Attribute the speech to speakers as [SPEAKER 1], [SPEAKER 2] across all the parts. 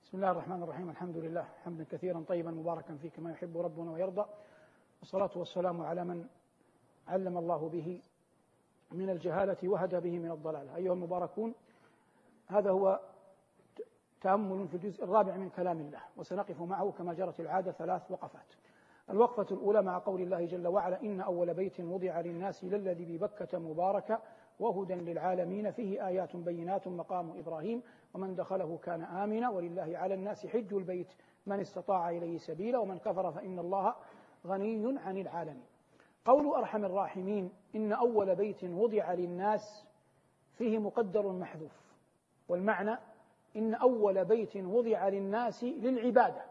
[SPEAKER 1] بسم الله الرحمن الرحيم. الحمد لله حمدا كثيرا طيبا مباركا فيه كما يحب ربنا ويرضى، والصلاة والسلام على من علم الله به من الجهالة وهدى به من الضلالة. أيها المباركون، هذا هو تأمل في الجزء الرابع من كلام الله، وسنقف معه كما جرت العادة 3 وقفات. الوقفة الأولى مع قول الله جل وعلا: إن أول بيت وضع للناس للذي ببكة مباركا وهدى للعالمين فيه آيات بينات مقام إبراهيم ومن دخله كان آمنا ولله على الناس حج البيت من استطاع إليه سبيلا ومن كفر فإن الله غني عن العالمين. قول أرحم الراحمين: إن أول بيت وضع للناس فيه مقدر محذوف، والمعنى إن أول بيت وضع للناس للعبادة،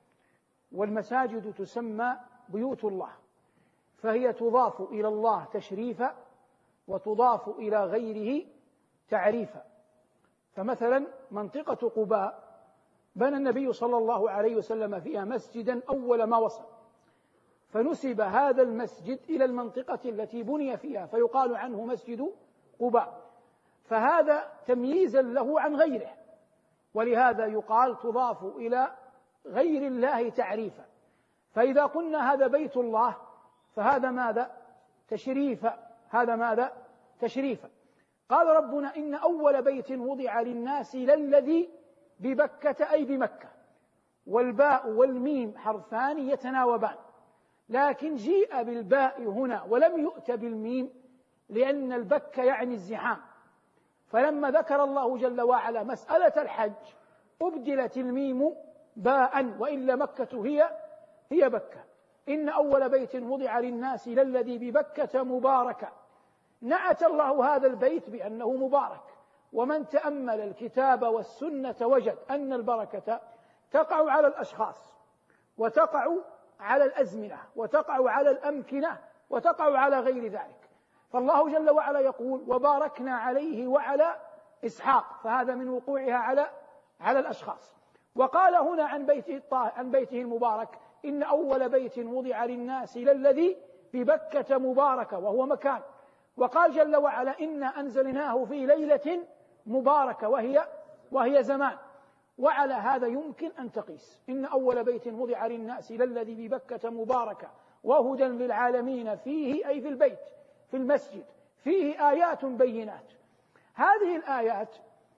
[SPEAKER 1] والمساجد تسمى بيوت الله، فهي تضاف إلى الله تشريفا وتضاف إلى غيره تعريفا. فمثلا منطقة قباء بنى النبي صلى الله عليه وسلم فيها مسجدا أول ما وصل، فنسب هذا المسجد إلى المنطقة التي بني فيها فيقال عنه مسجد قباء، فهذا تمييزا له عن غيره، ولهذا يقال تضاف إلى غير الله تعريفا. فإذا قلنا هذا بيت الله فهذا ماذا؟ تشريفا. هذا ماذا؟ تشريفا. قال ربنا: إن أول بيت وضع للناس للذي ببكة أي بمكة، والباء والميم حرفان يتناوبان، لكن جيء بالباء هنا ولم يؤت بالميم لأن البكة يعني الزحام، فلما ذكر الله جل وعلا مسألة الحج أبدلت الميم باء، وإلا مكة هي بكة. إن أول بيت وضع للناس للذي ببكة مباركا، نعت الله هذا البيت بأنه مبارك، ومن تأمل الكتاب والسنة وجد أن البركة تقع على الأشخاص، وتقع على الأزمنة، وتقع على الأمكنة، وتقع على غير ذلك. فالله جل وعلا يقول: وباركنا عليه وعلى إسحاق، فهذا من وقوعها على الأشخاص. وقال هنا عن بيته المبارك: إن أول بيت وضع للناس للذي ببكة مباركة، وهو مكان. وقال جل وعلا: إنا أنزلناه في ليلة مباركة، وهي زمان. وعلى هذا يمكن أن تقيس: إن أول بيت وضع للناس للذي ببكة مباركة وهدى للعالمين فيه أي في البيت، في المسجد، فيه آيات بينات. هذه الآيات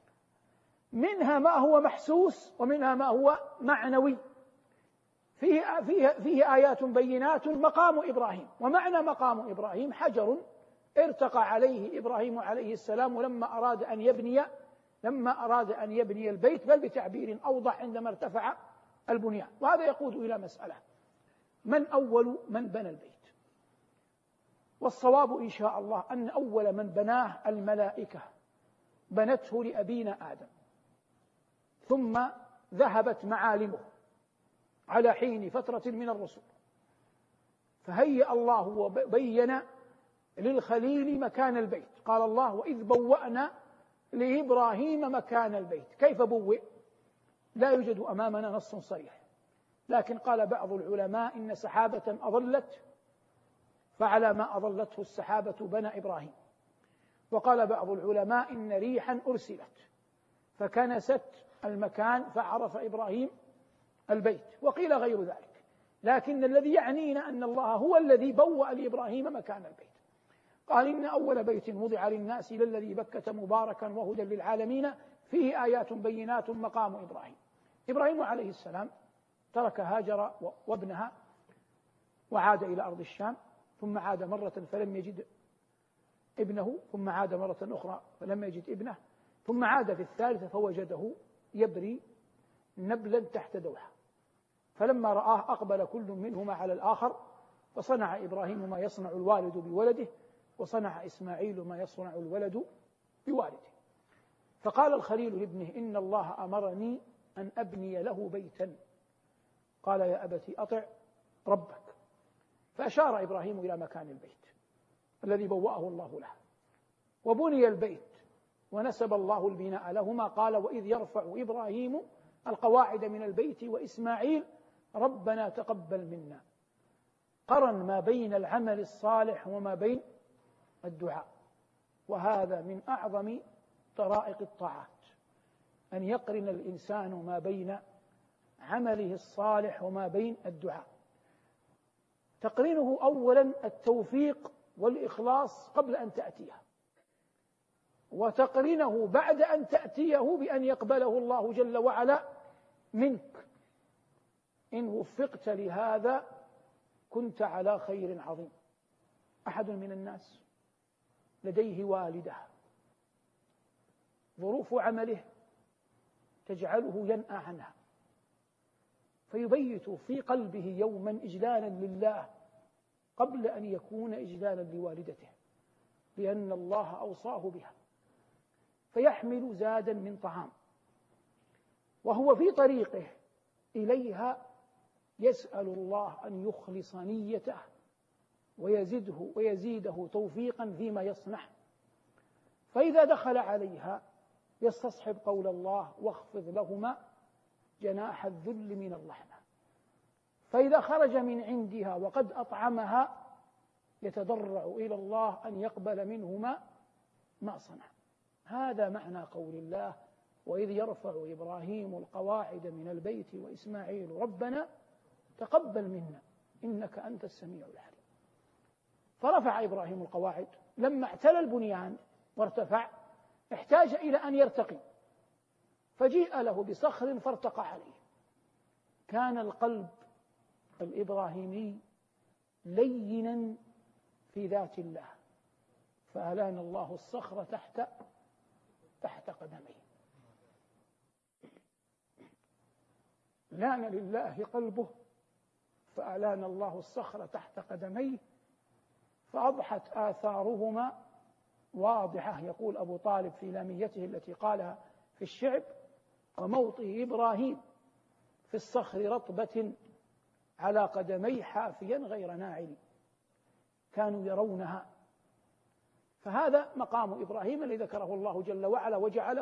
[SPEAKER 1] منها ما هو محسوس ومنها ما هو معنوي. فيه آيات بينات مقام إبراهيم، ومعنى مقام إبراهيم حجر ارتقى عليه إبراهيم عليه السلام لما أراد أن يبني البيت، بل بتعبير أوضح عندما ارتفع البنيان. وهذا يقود إلى مسألة: من أول من بنى البيت؟ والصواب إن شاء الله أن أول من بناه الملائكة، بنته لأبينا آدم، ثم ذهبت معالمه على حين فترة من الرسل، فهيأ الله وبين للخليل مكان البيت. قال الله: وإذ بوأنا لإبراهيم مكان البيت. كيف بوئ؟ لا يوجد أمامنا نص صريح، لكن قال بعض العلماء: إن سحابة أظلت، فعلى ما أظلته السحابة بنى إبراهيم. وقال بعض العلماء: إن ريحا أرسلت فكنست المكان فعرف إبراهيم البيت. وقيل غير ذلك، لكن الذي يعنينا أن الله هو الذي بوأ لإبراهيم مكان البيت. قال: إن أول بيت وضع للناس للذي بكة مباركا وهدى للعالمين فيه آيات بينات مقام إبراهيم. إبراهيم عليه السلام ترك هاجر وابنها وعاد إلى أرض الشام، ثم عاد مرة فلم يجد ابنه، ثم عاد مرة أخرى فلم يجد ابنه، ثم عاد في الثالثة فوجده يبري نبلا تحت دوحة، فلما رآه أقبل كل منهما على الآخر، فصنع إبراهيم ما يصنع الوالد بولده، وصنع إسماعيل ما يصنع الولد بوالده. فقال الخليل لابنه: إن الله أمرني أن أبني له بيتا. قال: يا أبت أطع ربك. فأشار إبراهيم إلى مكان البيت الذي بوأه الله له، وبني البيت ونسب الله البناء لهما. قال: وإذ يرفع إبراهيم القواعد من البيت وإسماعيل ربنا تقبل منا. قرن ما بين العمل الصالح وما بين الدعاء، وهذا من أعظم طرائق الطاعات، أن يقرن الإنسان ما بين عمله الصالح وما بين الدعاء. تقرينه أولا التوفيق والإخلاص قبل أن تأتيه، وتقرينه بعد أن تأتيه بأن يقبله الله جل وعلا منك. إن وفقت لهذا كنت على خير عظيم. أحد من الناس لديه والدة ظروف عمله تجعله ينأى عنها، فيبيت في قلبه يوما إجلالا لله قبل أن يكون إجلالا لوالدته، لأن الله أوصاه بها، فيحمل زادا من طعام، وهو في طريقه إليها يسأل الله أن يخلص نيته ويزيده توفيقا فيما يصنع. فإذا دخل عليها يستصحب قول الله: واخفض لهما جناح الذل من الرحمة. فإذا خرج من عندها وقد أطعمها يتضرع إلى الله أن يقبل منهما ما صنع. هذا معنى قول الله: وإذ يرفع إبراهيم القواعد من البيت وإسماعيل ربنا تقبل منا إنك أنت السميع العليم. فرفع إبراهيم القواعد، لما اعتلى البنيان وارتفع احتاج إلى أن يرتقي، فجيء له بصخر فارتقى عليه. كان القلب الإبراهيمي لينا في ذات الله، فألان الله الصخر تحت قدميه. لان لله قلبه فألان الله الصخر تحت قدميه، فأضحت آثارهما واضحة. يقول أبو طالب في لاميته التي قالها في الشعب: وموطئ إبراهيم في الصخر رطبة على قدمي حافيا غير ناعل. كانوا يرونها. فهذا مقام إبراهيم الذي ذكره الله جل وعلا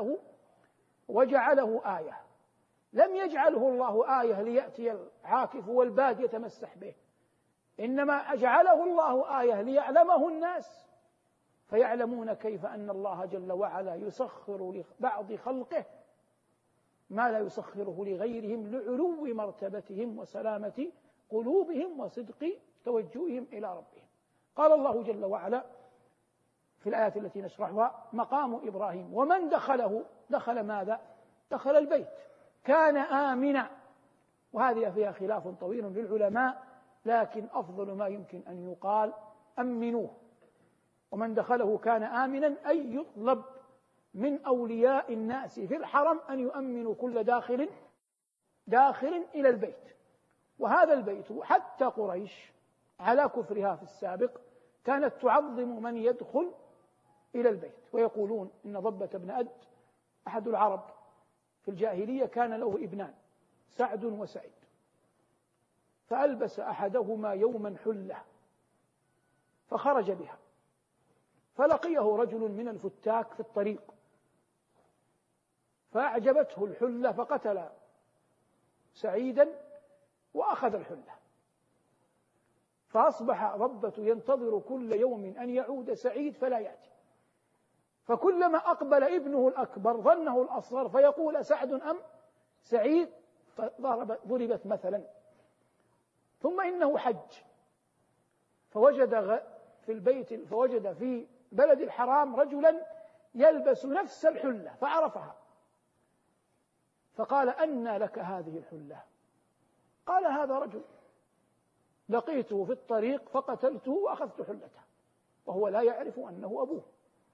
[SPEAKER 1] وجعله آية. لم يجعله الله آية ليأتي العاكف والباد يتمسح به، إنما جعله الله آية ليعلمه الناس، فيعلمون كيف أن الله جل وعلا يسخر لبعض خلقه ما لا يسخره لغيرهم لعلو مرتبتهم وسلامة قلوبهم وصدق توجههم إلى ربهم. قال الله جل وعلا في الآيات التي نشرحها: مقام إبراهيم ومن دخله، دخل ماذا؟ دخل البيت، كان آمنا. وهذه فيها خلاف طويل للعلماء، لكن أفضل ما يمكن أن يقال: أمنوه. ومن دخله كان آمنا، أي يطلب من أولياء الناس في الحرم أن يؤمنوا كل داخل إلى البيت. وهذا البيت حتى قريش على كفرها في السابق كانت تعظم من يدخل إلى البيت، ويقولون إن ضبة بن أد أحد العرب في الجاهلية كان له ابنان سعد وسعيد، فألبس أحدهما يوما حلة فخرج بها، فلقيه رجل من الفتاك في الطريق فأعجبته الحلة فقتل سعيدا وأخذ الحلة، فأصبح ضبة ينتظر كل يوم أن يعود سعيد فلا يأتي، فكلما أقبل ابنه الأكبر ظنه الأصغر فيقول: سعد أم سعيد؟ ضربت مثلا. ثم إنه حج فوجد في بلد الحرام رجلا يلبس نفس الحلة فعرفها، فقال: أنى لك هذه الحلة؟ قال: هذا رجل لقيته في الطريق فقتلته وأخذت حلته، وهو لا يعرف أنه أبوه.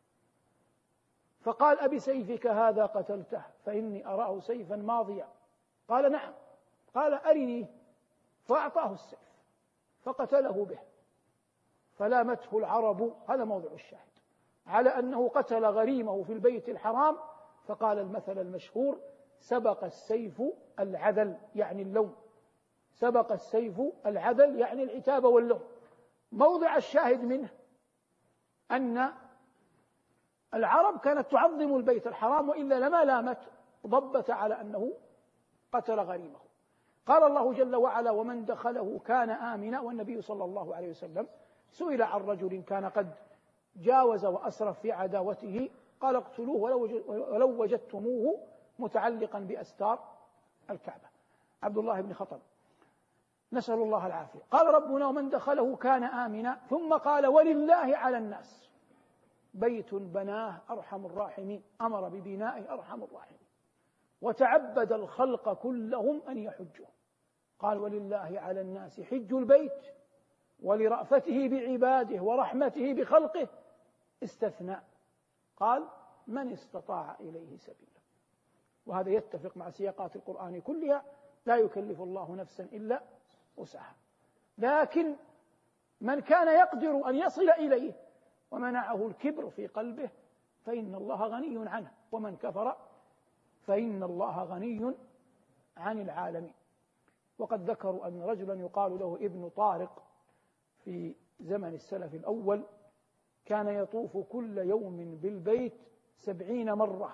[SPEAKER 1] فقال: أبسيفك هذا قتلته؟ فإني أراه سيفا ماضيا. قال: نعم. قال: أرني. فأعطاه السيف فقتله به، فلامته العرب، هذا موضع الشاهد، على أنه قتل غريمه في البيت الحرام. فقال المثل المشهور: سبق السيف العذل، يعني اللوم. سبق السيف العذل يعني العتاب واللوم. موضع الشاهد منه أن العرب كانت تعظم البيت الحرام، وإلا لما لامت ضبة على أنه قتل غريمه. قال الله جل وعلا: ومن دخله كان آمنا. والنبي صلى الله عليه وسلم سئل عن رجل كان قد جاوز وأسرف في عداوته، قال: اقتلوه ولو وجدتموه متعلقا بأستار الكعبة. عبد الله بن خطب، نسأل الله العافية. قال ربنا: ومن دخله كان آمنا. ثم قال: ولله على الناس بيت بناه أرحم الراحمين، أمر ببنائه أرحم الراحمين، وتعبد الخلق كلهم أن يحجوا. قال: ولله على الناس حج البيت، ولرأفته بعباده ورحمته بخلقه استثنى، قال: من استطاع إليه سبيلا. وهذا يتفق مع سياقات القرآن كلها: لا يكلف الله نفسا إلا وسعها. لكن من كان يقدر أن يصل إليه ومنعه الكبر في قلبه فإن الله غني عنه، ومن كفر فإن الله غني عن العالمين. وقد ذكروا أن رجلا يقال له ابن طارق في زمن السلف الأول كان يطوف كل يوم بالبيت 70 مرة،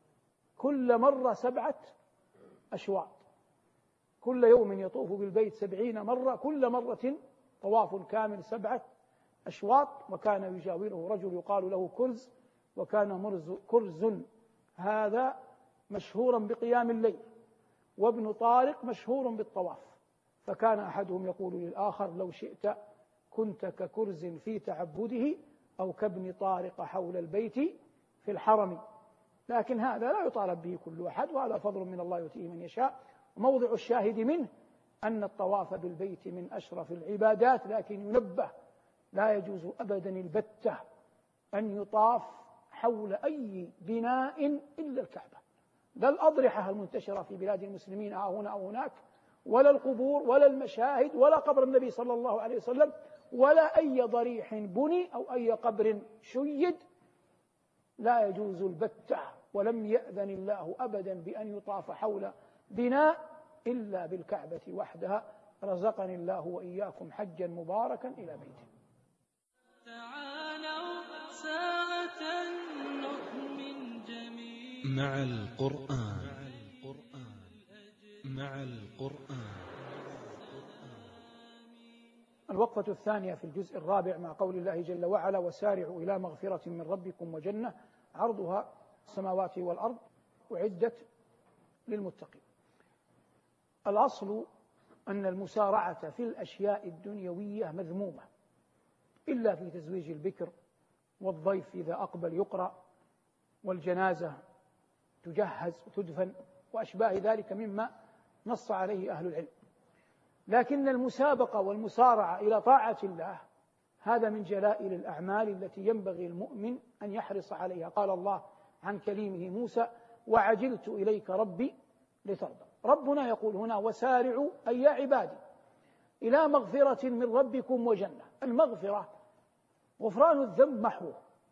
[SPEAKER 1] كل مرة 7 أشواط، كل يوم يطوف بالبيت 70 مرة، كل مرة طواف كامل 7 أشواط. وكان يجاوره رجل يقال له كرز، وكان كرز هذا مشهورا بقيام الليل، وابن طارق مشهور بالطواف. فكان أحدهم يقول للآخر: لو شئت كنت ككرز في تعبده، أو كابن طارق حول البيت في الحرم. لكن هذا لا يطالب به كل أحد، وهذا فضل من الله يؤتيه من يشاء. وموضع الشاهد منه أن الطواف بالبيت من أشرف العبادات، لكن ينبه: لا يجوز أبدا البتة أن يطاف حول أي بناء إلا الكعبة، لا الأضرحة المنتشرة في بلاد المسلمين هنا أو هناك، ولا القبور، ولا المشاهد، ولا قبر النبي صلى الله عليه وسلم، ولا أي ضريح بني أو أي قبر شيد، لا يجوز البتة. ولم يأذن الله أبدا بأن يطاف حول بناء إلا بالكعبة وحدها. رزقني الله وإياكم حجا مباركا إلى بيته.
[SPEAKER 2] تعالوا ساعة نؤمن جميعا مع القرآن.
[SPEAKER 1] الوقفة الثانية في الجزء الرابع مع قول الله جل وعلا: وسارعوا إلى مغفرة من ربكم وجنة عرضها السماوات والأرض أعدت للمتقين. الأصل أن المسارعة في الأشياء الدنيوية مذمومة، إلا في تزويج البكر، والضيف إذا أقبل يقرأ، والجنازة تجهز وتدفن، وأشباه ذلك مما نص عليه أهل العلم. لكن المسابقة والمسارعة إلى طاعة الله هذا من جلائل الأعمال التي ينبغي المؤمن أن يحرص عليها. قال الله عن كليمه موسى: وعجلت إليك ربي لترضى. ربنا يقول هنا: وسارعوا أي يا عبادي إلى مغفرة من ربكم وجنة. المغفرة غفران الذنب محوه،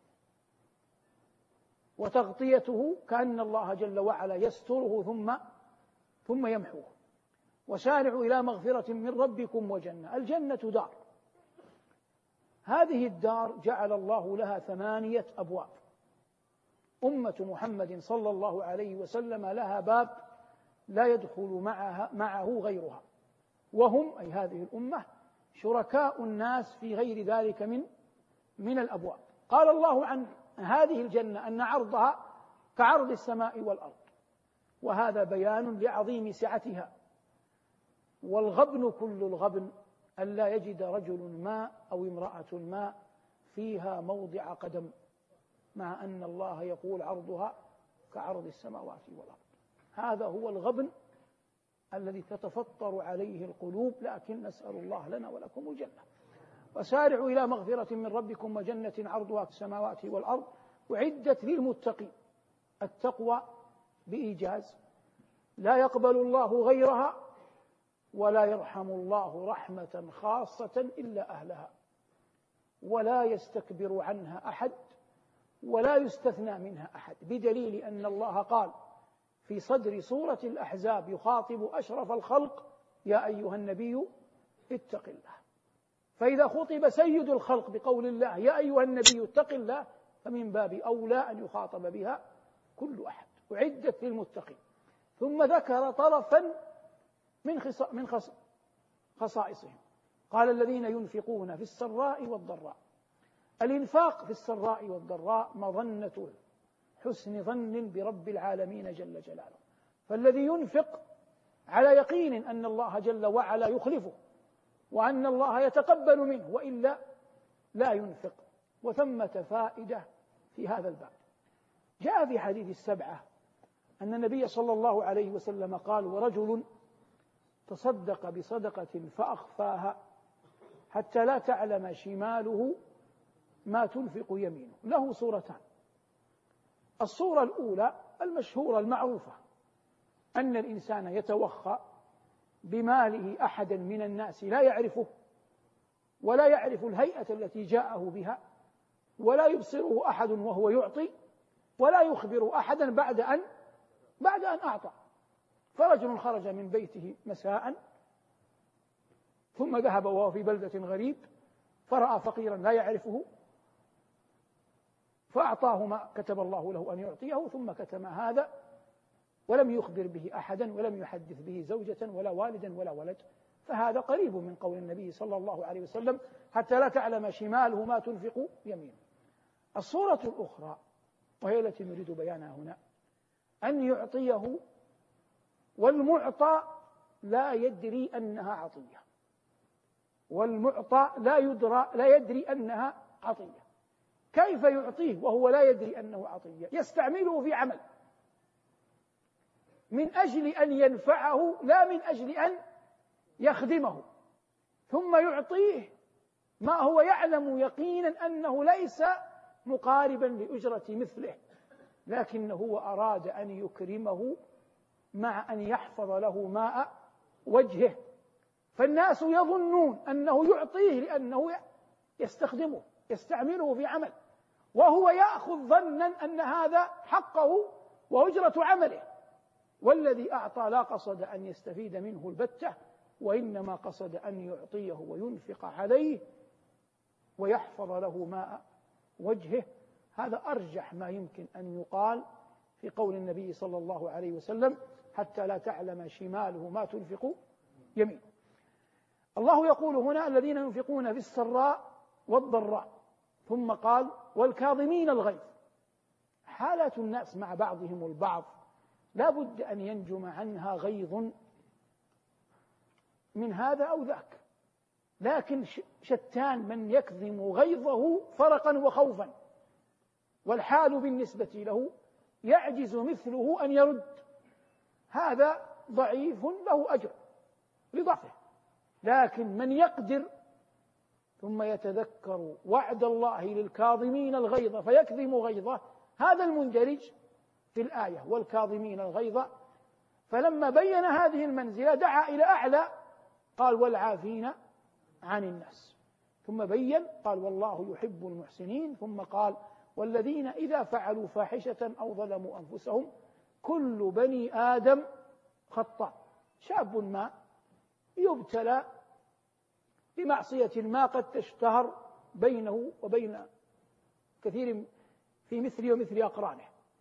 [SPEAKER 1] وتغطيته كأن الله جل وعلا يستره ثم يمحوه. وسارعوا إلى مغفرة من ربكم وجنة. الجنة دار، هذه الدار جعل الله لها 8 أبواب. أمة محمد صلى الله عليه وسلم لها باب لا يدخل معه غيرها، وهم أي هذه الأمة شركاء الناس في غير ذلك من الأبواب. قال الله عن هذه الجنة أن عرضها كعرض السماء والأرض، وهذا بيان لعظيم سعتها. والغبن كل الغبن ألا يجد رجل ماء أو امرأة ماء فيها موضع قدم، مع أن الله يقول عرضها كعرض السماوات والأرض. هذا هو الغبن الذي تتفطر عليه القلوب، لكن نسأل الله لنا ولكم الجنة. وسارعوا إلى مغفرة من ربكم وجنة عرضها السماوات والأرض أعدت للمتقين. التقوى بإيجاز، لا يقبل الله غيرها، ولا يرحم الله رحمة خاصة إلا أهلها، ولا يستكبر عنها أحد، ولا يستثنى منها أحد، بدليل أن الله قال في صدر سورة الأحزاب يخاطب أشرف الخلق: يا أيها النبي اتق الله. فإذا خطب سيد الخلق بقول الله يا أيها النبي اتق الله، فمن باب أولى أن يخاطب بها كل أحد. أعدت للمتقين. ثم ذكر طرفا من خصائصهم، قال: الذين ينفقون في السراء والضراء. الإنفاق في السراء والضراء مظنة حسن ظن برب العالمين جل جلاله. فالذي ينفق على يقين أن الله جل وعلا يخلفه وأن الله يتقبل منه، وإلا لا ينفق. وثمة فائدة في هذا الباب. جاء في حديث السبعة أن النبي صلى الله عليه وسلم قال: ورجل تصدق بصدقة فأخفاها حتى لا تعلم شماله ما تنفق يمينه. له صورتان: الصورة الأولى المشهورة المعروفة، أن الإنسان يتوخى بماله أحدا من الناس لا يعرفه ولا يعرف الهيئة التي جاءه بها، ولا يبصره أحد وهو يعطي، ولا يخبر أحدا بعد أن أعطى. فرجل خرج من بيته مساء ثم ذهب وهو في بلدة غريب فرأى فقيرا لا يعرفه فأعطاه ما كتب الله له أن يعطيه، ثم كتم هذا ولم يخبر به أحدا ولم يحدث به زوجة ولا والدا ولا ولد. فهذا قريب من قول النبي صلى الله عليه وسلم: حتى لا تعلم شماله ما تنفق يمينه. الصورة الأخرى وهي التي نريد بيانها هنا، أن يعطيه والمعطى لا يدري أنها عطية، والمعطى لا يدري أنها عطية. كيف يعطيه وهو لا يدري أنه عطية؟ يستعمله في عمل من أجل أن ينفعه لا من أجل أن يخدمه، ثم يعطيه ما هو يعلم يقينا أنه ليس مقاربا لأجرة مثله، لكنه أراد أن يكرمه مع أن يحفظ له ماء وجهه. فالناس يظنون أنه يعطيه لأنه يستخدمه يستعمله في عمل، وهو يأخذ ظنا أن هذا حقه وأجرة عمله، والذي أعطى لا قصد أن يستفيد منه البتة، وإنما قصد أن يعطيه وينفق عليه ويحفظ له ماء وجهه. هذا أرجح ما يمكن أن يقال في قول النبي صلى الله عليه وسلم: حتى لا تعلم شماله ما تنفق يمينه. الله يقول هنا: الذين ينفقون في السراء والضراء، ثم قال: والكاظمين الغيظ. حالة الناس مع بعضهم البعض لا بد أن ينجم عنها غيظ من هذا أو ذاك، لكن شتان من يكظم غيظه فرقا وخوفا، والحال بالنسبة له يعجز مثله أن يرد. هذا ضعيف له أجر لضعفه، لكن من يقدر ثم يتذكر وعد الله للكاظمين الغيظ فيكظم غيظه، هذا المندرج في الآية: والكاظمين الغيظ. فلما بين هذه المنزلة دعا إلى أعلى، قال: والعافين عن الناس. ثم بين قال: والله يحب المحسنين. ثم قال: والذين إذا فعلوا فاحشة أو ظلموا أنفسهم. كل بني آدم خطاء. شاب ما يبتلى بمعصية ما قد تشتهر بينه وبين كثير في مثلي ومثل أقرانه،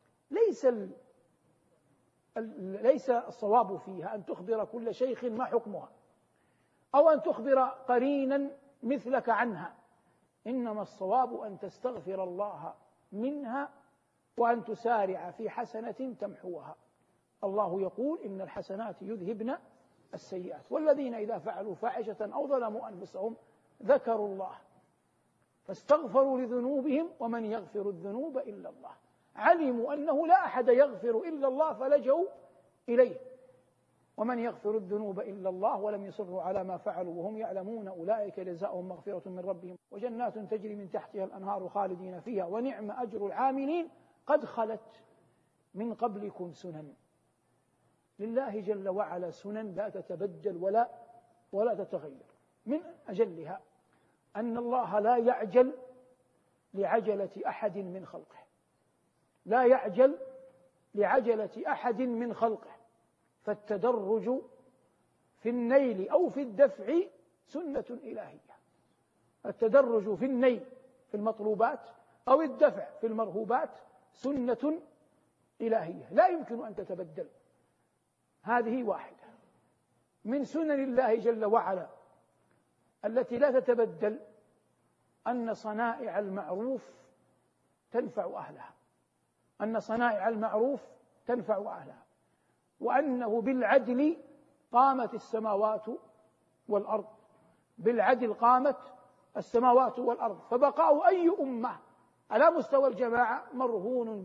[SPEAKER 1] ليس الصواب فيها أن تخبر كل شيخ ما حكمها، أو أن تخبر قرينا مثلك عنها، إنما الصواب أن تستغفر الله منها وأن تسارع في حسنة تمحوها. الله يقول: إن الحسنات يذهبن السيئات. والذين إذا فعلوا فاحشة أو ظلموا أنفسهم ذكروا الله فاستغفروا لذنوبهم ومن يغفر الذنوب إلا الله. علموا أنه لا أحد يغفر إلا الله فلجوا إليه. ومن يغفر الذنوب إلا الله ولم يصروا على ما فعلوا وهم يعلمون أولئك جزاؤهم مغفرة من ربهم وجنات تجري من تحتها الأنهار خالدين فيها ونعم أجر العاملين قد خلت من قبلكم سنن. لله جل وعلا سنن لا تتبدل ولا تتغير. من أجلها أن الله لا يعجل لعجلة أحد من خلقه، لا يعجل لعجلة أحد من خلقه. فالتدرج في النيل أو في الدفع سنة إلهية. التدرج في النيل في المطلوبات أو الدفع في المرهوبات سنة إلهية لا يمكن أن تتبدل. هذه واحدة من سنن الله جل وعلا التي لا تتبدل، أن صنائع المعروف تنفع أهلها، أن صنائع المعروف تنفع أهلها، وأنه بالعدل قامت السماوات والأرض، بالعدل قامت السماوات والأرض، فبقاء أي أمة على مستوى الجماعة مرهون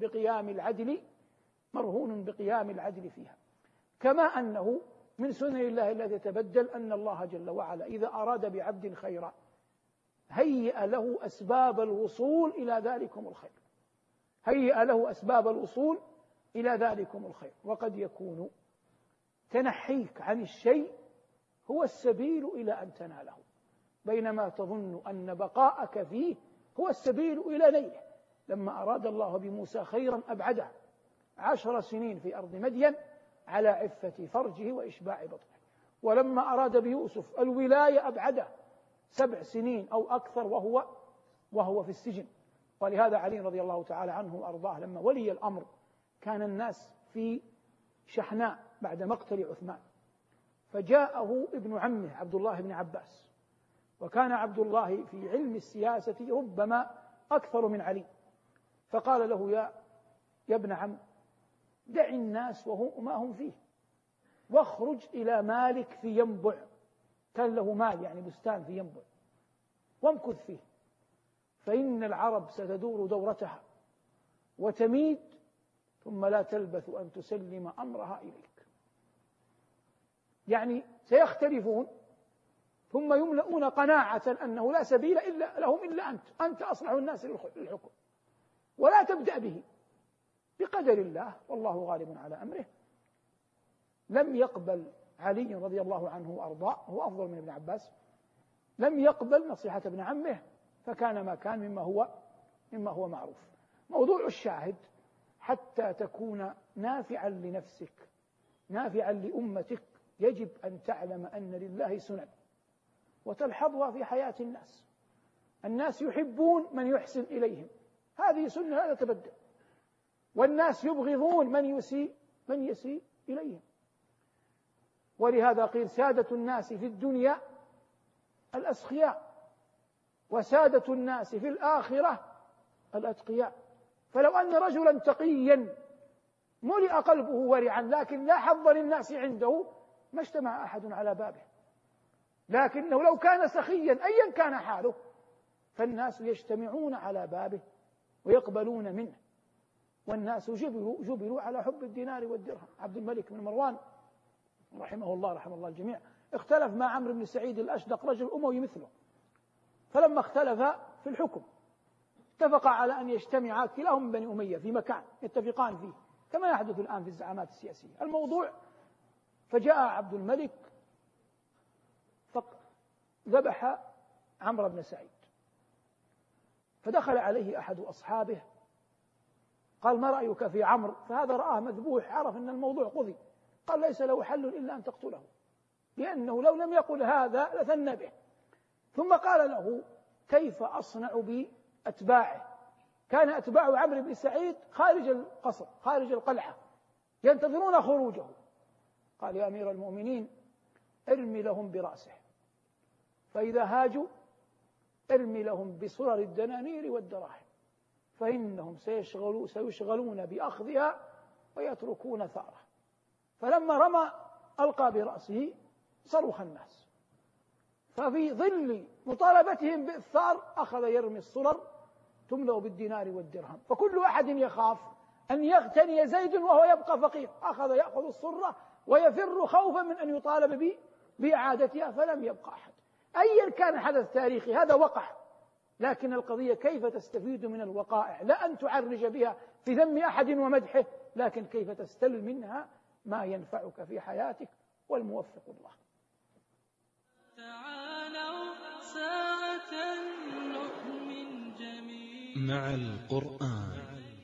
[SPEAKER 1] بقيام العدل فيها. كما أنه من سنن الله التي تتبدل أن الله جل وعلا إذا أراد بعبد خيرا هيئ له أسباب الوصول إلى ذلكم الخير. وقد يكون تنحيك عن الشيء هو السبيل إلى أن تناله، بينما تظن أن بقاءك فيه هو السبيل إلى نيله. لما أراد الله بموسى خيرا أبعده 10 سنين في أرض مدين على عفة فرجه وإشباع بطنه، ولما أراد بيوسف الولاية أبعده 7 سنين أو أكثر وهو في السجن. ولهذا علي رضي الله تعالى عنه وأرضاه لما ولي الأمر كان الناس في شحناء بعد مقتل عثمان، فجاءه ابن عمه عبد الله بن عباس، وكان عبد الله في علم السياسة ربما أكثر من علي، فقال له يا ابن عم، دع الناس وما هم فيه واخرج إلى مالك في ينبع، كان له مال يعني بستان في ينبع، وامكث فيه، فإن العرب ستدور دورتها وتميد ثم لا تلبث أن تسلم أمرها إليك. يعني سيختلفون ثم يملؤون قناعة أنه لا سبيل لهم إلا أنت أصلح الناس للحكم، ولا تبدأ به بقدر الله والله غالب على أمره. لم يقبل علي رضي الله عنه وأرضاه، هو أفضل من ابن عباس، لم يقبل نصيحة ابن عمه، فكان ما كان مما هو معروف. موضوع الشاهد حتى تكون نافعا لنفسك نافعا لأمتك يجب أن تعلم أن لله سنن وتلحظها في حياة الناس. الناس يحبون من يحسن إليهم، هذه سنة لا تتبدل، والناس يبغضون من يسيء إليهم. ولهذا قيل سادة الناس في الدنيا الأسخياء، وسادة الناس في الآخرة الأتقياء. فلو أن رجلا تقيا ملئ قلبه ورعا لكن لا حظ للناس عنده ما اجتمع أحد على بابه، لكنه لو كان سخيا أيا كان حاله فالناس يجتمعون على بابه ويقبلون منه. والناس جبلوا على حب الدينار والدرهم. عبد الملك بن مروان رحمه الله الجميع اختلف مع عمرو بن سعيد الأشدق رجل أموي مثله، فلما اختلف في الحكم اتفقا على أن يجتمعا كلاهم من بني أمية في مكان يتفقان فيه، كما يحدث الآن في الزعامات السياسية الموضوع. فجاء عبد الملك فذبح عمرو بن سعيد، فدخل عليه أحد أصحابه قال ما رأيك في عمرو؟ فهذا رآه مذبوح، عرف أن الموضوع قضي، قال ليس له حل إلا أن تقتله، لأنه لو لم يقل هذا لثنى به. ثم قال له كيف أصنع بأتباعه؟ كان أتباع عمرو بن سعيد خارج القصر خارج القلعة ينتظرون خروجه. قال يا أمير المؤمنين ارمي لهم برأسه، فإذا هاجوا ارمي لهم بصرر الدنانير والدراهم، فإنهم سيشغلون بأخذها ويتركون ثاره. فلما رمى ألقى برأسه صرخ الناس، ففي ظل مطالبتهم بالثار أخذ يرمي الصرر تملأ بالدينار والدرهم، فكل أحد يخاف أن يغتني زيد وهو يبقى فقير، أخذ يأخذ الصرة ويفر خوفا من أن يطالب بإعادتها، فلم يبقى أحد. أيا كان حدث تاريخي هذا وقع، لكن القضية كيف تستفيد من الوقائع، لا أن تعرج بها في ذم أحد ومدحه، لكن كيف تستل منها ما ينفعك في حياتك، والموفق الله.
[SPEAKER 2] تعالوا ساعة نؤمن جميعا مع القرآن.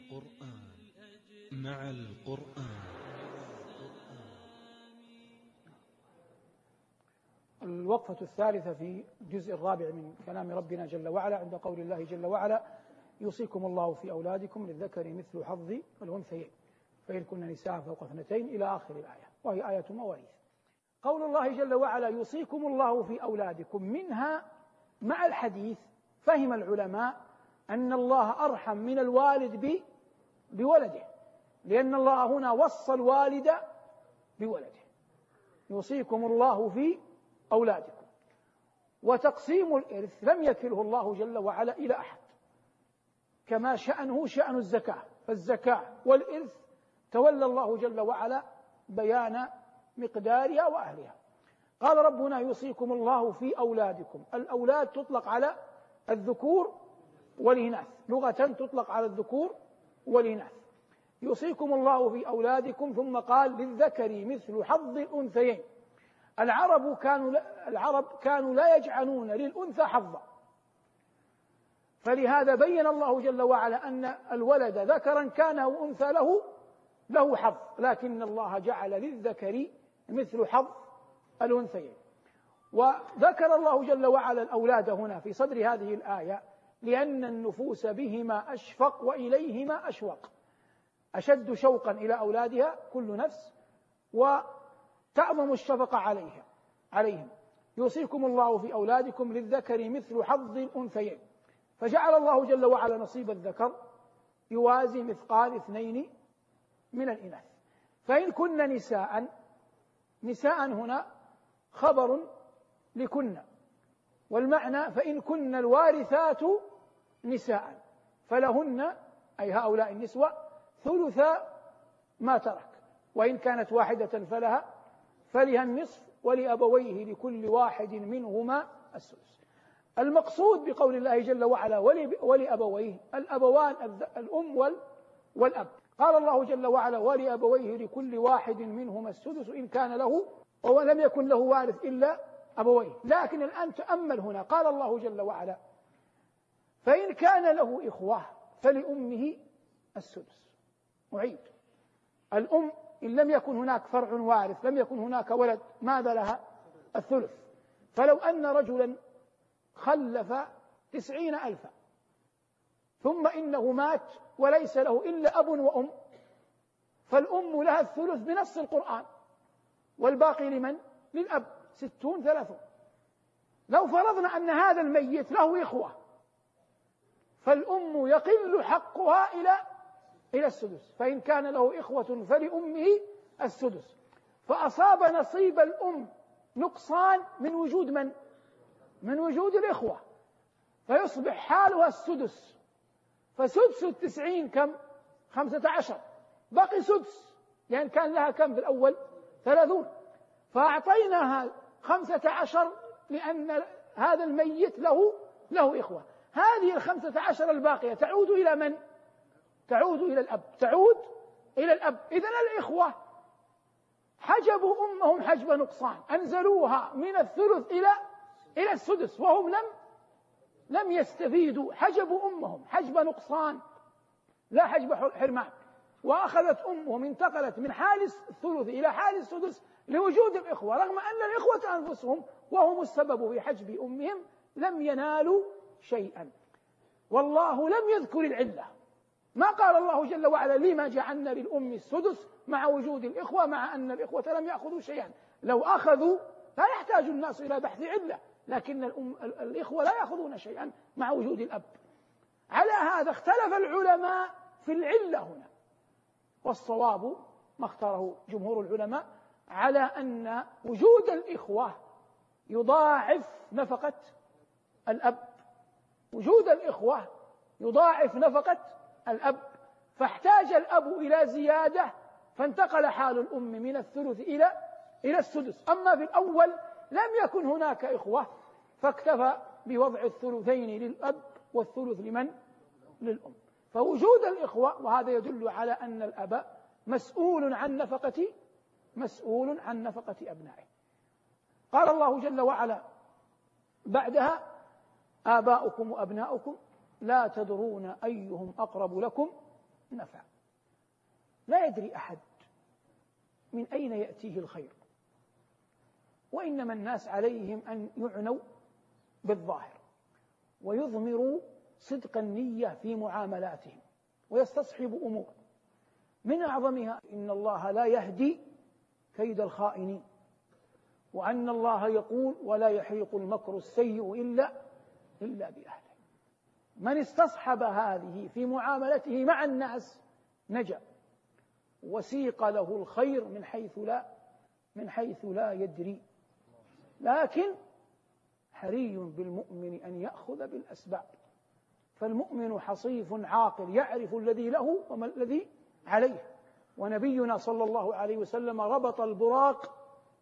[SPEAKER 1] الوقفة الثالثة في الجزء الرابع من كلام ربنا جل وعلا عند قول الله جل وعلا يوصيكم الله في أولادكم للذكر مثل حظ الأنثيين فإن كن نساء فوق 2 إلى آخر الآية، وهي آية مواريث. قول الله جل وعلا يوصيكم الله في أولادكم، منها مع الحديث فهم العلماء أن الله أرحم من الوالد بولده، لأن الله هنا وصى الوالد بولده، يوصيكم الله في أولادكم. وتقسيم الإرث لم يكله الله جل وعلا إلى أحد، كما شأنه شأن الزكاة، فالزكاة والإرث تولى الله جل وعلا بيان مقدارها وأهلها. قال ربنا يوصيكم الله في أولادكم. الأولاد تطلق على الذكور والإناث، لغة تطلق على الذكور والإناث. يوصيكم الله في أولادكم، ثم قال للذكر مثل حظ الأنثيين. العرب كانوا لا يجعلون للأنثى حظا، فلهذا بين الله جل وعلا أن الولد ذكرا كان أو أنثى له حظ، لكن الله جعل للذكر مثل حظ الأنثيين. وذكر الله جل وعلا الأولاد هنا في صدر هذه الآية لأن النفوس بهما أشفق وإليهما أشوق، أشد شوقا إلى أولادها كل نفس، وتعظم الشفقة عليهم. يوصيكم الله في أولادكم للذكر مثل حظ الأنثيين، فجعل الله جل وعلا نصيب الذكر يوازي مثقال 2 من الإناث. فإن كن نساء هنا خبر لكن، والمعنى فإن كن الوارثات نساء فلهن أي هؤلاء النسوة ثلثا ما ترك، وإن كانت واحدة فلها النصف ولأبويه لكل واحد منهما السدس. المقصود بقول الله جل وعلا ولأبويه الأبوان الأم والأب. قال الله جل وعلا ولأبويه لكل واحد منهما السدس إن كان له ولم يكن له وارث إلا أبويه. لكن الآن تأمل هنا، قال الله جل وعلا فإن كان له إخوة فلأمه السدس. أعيد، الأم إن لم يكن هناك فرع وارث، لم يكن هناك ولد، ماذا لها؟ الثلث. فلو أن رجلا خلف 90,000 ثم إنه مات وليس له إلا أب وأم، فالأم لها الثلث بنص القرآن، والباقي لمن؟ للأب، 60-30. لو فرضنا أن هذا الميت له إخوة فالأم يقل حقها إلى السدس، فإن كان له إخوة فلأمه السدس. فأصاب نصيب الأم نقصان من وجود من؟ من وجود الإخوة، فيصبح حالها السدس. فسدس 90 كم؟ 15، باقي سدس، لأن كان لها كم في الأول؟ 30. فأعطيناها 15 لأن هذا الميت له إخوة. هذه 15 الباقية تعود إلى من؟ تعود إلى الأب. إذن الإخوة حجبوا أمهم حجب نقصان، أنزلوها من الثلث إلى السدس، وهم لم يستفيدوا، حجبوا أمهم حجب نقصان لا حجب حرمان. وأخذت أمهم انتقلت من حال الثلث إلى حال السدس لوجود الإخوة، رغم أن الإخوة أنفسهم وهم السبب في حجب أمهم لم ينالوا شيئا. والله لم يذكر العلة، ما قال الله جل وعلا لما جعلنا للأم السدس مع وجود الإخوة، مع أن الإخوة لم يأخذوا شيئا. لو أخذوا لا يحتاج الناس إلى بحث علة، لكن الإخوة لا يأخذون شيئا مع وجود الأب. على هذا اختلف العلماء في العلة هنا، والصواب ما اختاره جمهور العلماء على أن وجود الإخوة يضاعف نفقة الأب، وجود الإخوة يضاعف نفقة الأب، فاحتاج الأب إلى زيادة فانتقل حال الأم من الثلث إلى السدس. أما في الأول لم يكن هناك إخوة فاكتفى بوضع الثلثين للأب والثلث لمن؟ للأم. فوجود الإخوة، وهذا يدل على أن الأب مسؤول عن نفقة أبنائه. قال الله جل وعلا بعدها آباؤكم وأبناؤكم لا تدرون أيهم أقرب لكم نفعا. لا يدري أحد من أين يأتيه الخير، وإنما الناس عليهم أن يعنوا بالظاهر ويضمروا صدق النية في معاملاتهم ويستصحبوا أمور، من أعظمها إن الله لا يهدي كيد الخائنين، وأن الله يقول ولا يحيق المكر السيء إلا بأهله. من استصحب هذه في معاملته مع الناس نجا، وسيق له الخير من حيث من حيث لا يدري، لكن حري بالمؤمن أن يأخذ بالأسباب. فالمؤمن حصيف عاقل يعرف الذي له وما الذي عليه. ونبينا صلى الله عليه وسلم ربط البراق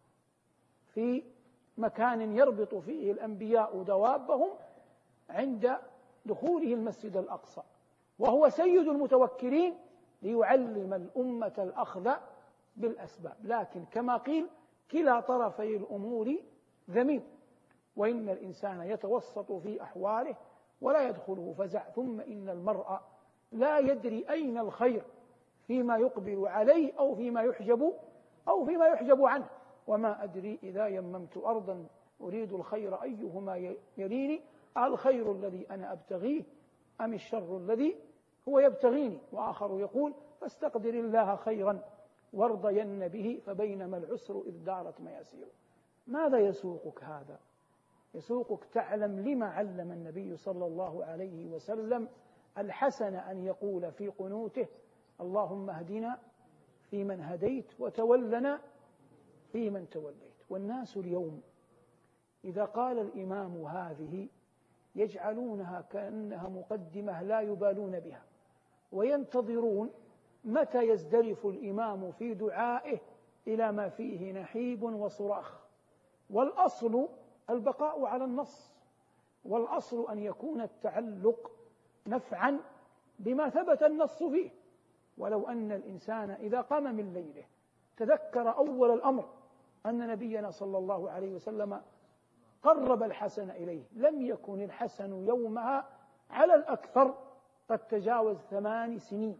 [SPEAKER 1] في مكان يربط فيه الأنبياء دوابهم عند دخوله المسجد الأقصى، وهو سيد المتوكلين ليعلم الأمة الأخذ بالأسباب. لكن كما قيل كلا طرفي الأمور ذميم، وإن الإنسان يتوسط في أحواله ولا يدخله فزع، ثم إن المرء لا يدري أين الخير فيما يقبل عليه أو فيما يحجب عنه. وما أدري إذا يممت أرضا أريد الخير أيهما يليني، الخير الذي أنا أبتغيه أم الشر الذي هو يبتغيني. وآخر يقول فاستقدر الله خيرا وارضين به فبينما العسر إذ دارت مياسير. ماذا يسوقك هذا؟ يسوقك تعلم لما علم النبي صلى الله عليه وسلم الحسن أن يقول في قنوته اللهم اهدنا فيمن هديت وتولنا فيمن توليت. والناس اليوم إذا قال الإمام هذه يجعلونها كأنها مقدمة لا يبالون بها، وينتظرون متى يزدرف الإمام في دعائه إلى ما فيه نحيب وصراخ. والأصل البقاء على النص، والأصل أن يكون التعلق نفعا بما ثبت النص فيه. ولو أن الإنسان إذا قام من ليله تذكر أول الأمر أن نبينا صلى الله عليه وسلم قرب الحسن إليه، لم يكن الحسن يومها على الأكثر قد تجاوز 8 سنين،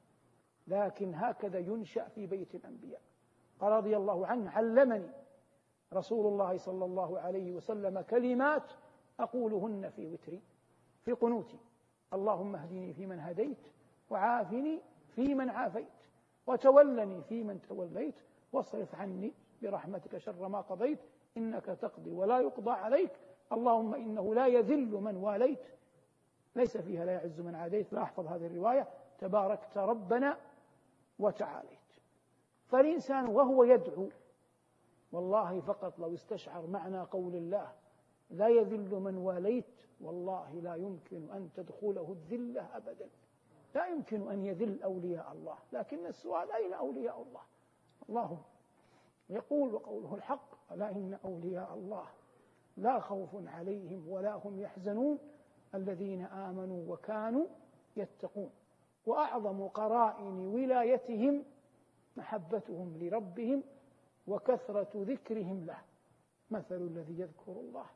[SPEAKER 1] لكن هكذا ينشأ في بيت الأنبياء. قال رضي الله عنه علمني رسول الله صلى الله عليه وسلم كلمات أقولهن في وتري في قنوتي، اللهم اهدني فيمن هديت وعافني فيمن عافيت وتولني فيمن توليت واصرف عني برحمتك شر ما قضيت إنك تقضي ولا يقضى عليك اللهم إنه لا يذل من واليت ليس فيها لا يعز من عاديت. لا أحفظ هذه الرواية تباركت ربنا وتعاليت. فالإنسان وهو يدعو والله فقط لو استشعر معنى قول الله لا يذل من واليت، والله لا يمكن أن تدخله الذلة أبدا، لا يمكن أن يذل أولياء الله. لكن السؤال أين أولياء الله؟ الله يقول وقوله الحق ألا إن أولياء الله لا خوف عليهم ولا هم يحزنون الذين آمنوا وكانوا يتقون. وأعظم قرائن ولايتهم محبتهم لربهم وكثرة ذكرهم له. مثل الذي يذكر الله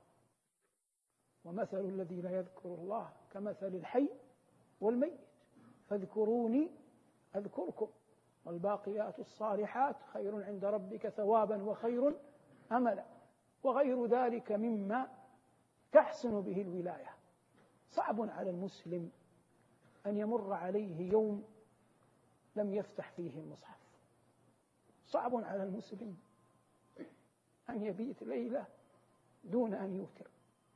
[SPEAKER 1] ومثل الذي لا يذكر الله كمثل الحي والميت فاذكروني أذكركم والباقيات الصالحات خير عند ربك ثوابا وخير أملا. وغير ذلك مما تحسن به الولاية. صعب على المسلم أن يمر عليه يوم لم يفتح فيه المصحف، صعب على المسلم أن يبيت ليلة دون أن يوتر،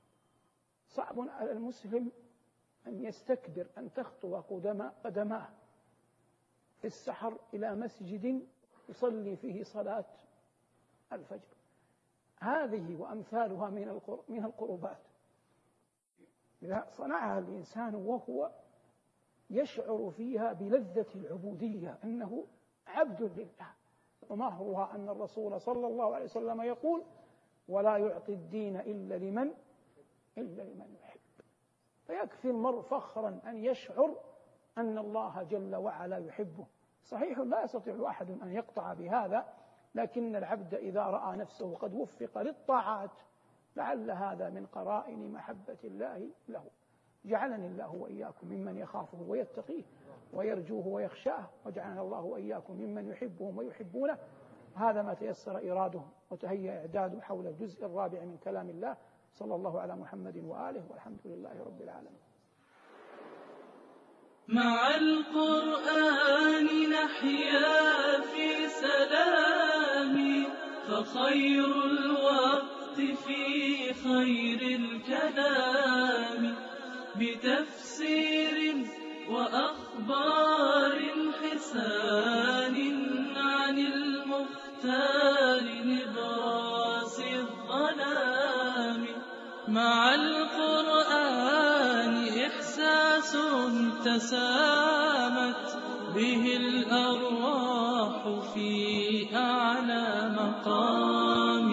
[SPEAKER 1] صعب على المسلم أن يستكبر أن تخطو قدماه في السحر إلى مسجد يصلي فيه صلاة الفجر. هذه وأمثالها من القربات إذا صنعها الإنسان وهو يشعر فيها بلذة العبودية أنه عبد لله. ومهرها أن الرسول صلى الله عليه وسلم يقول ولا يعطي الدين إلا لمن يحب. فيكفي المرء فخرا أن يشعر أن الله جل وعلا يحبه. صحيح لا يستطيع أحد أن يقطع بهذا، لكن العبد إذا رأى نفسه قد وفق للطاعات لعل هذا من قرائن محبة الله له. جعلني الله وإياكم ممن يخافه ويتقيه ويرجوه ويخشاه، وجعلنا الله وإياكم ممن يحبهم ويحبونه. هذا ما تيسر إراده وتهيأ إعداده حول الجزء الرابع من كلام الله. صلى الله على محمد وآله والحمد لله رب العالمين.
[SPEAKER 2] مع القرآن نحيا في سلام، فخير الوقت في خير الكلام، بتفسير وأخبار حسان عن المختار الأوتار نبراس الظلام. مع القرآن إحساس تسامت به الأرواح في أعلى مقام.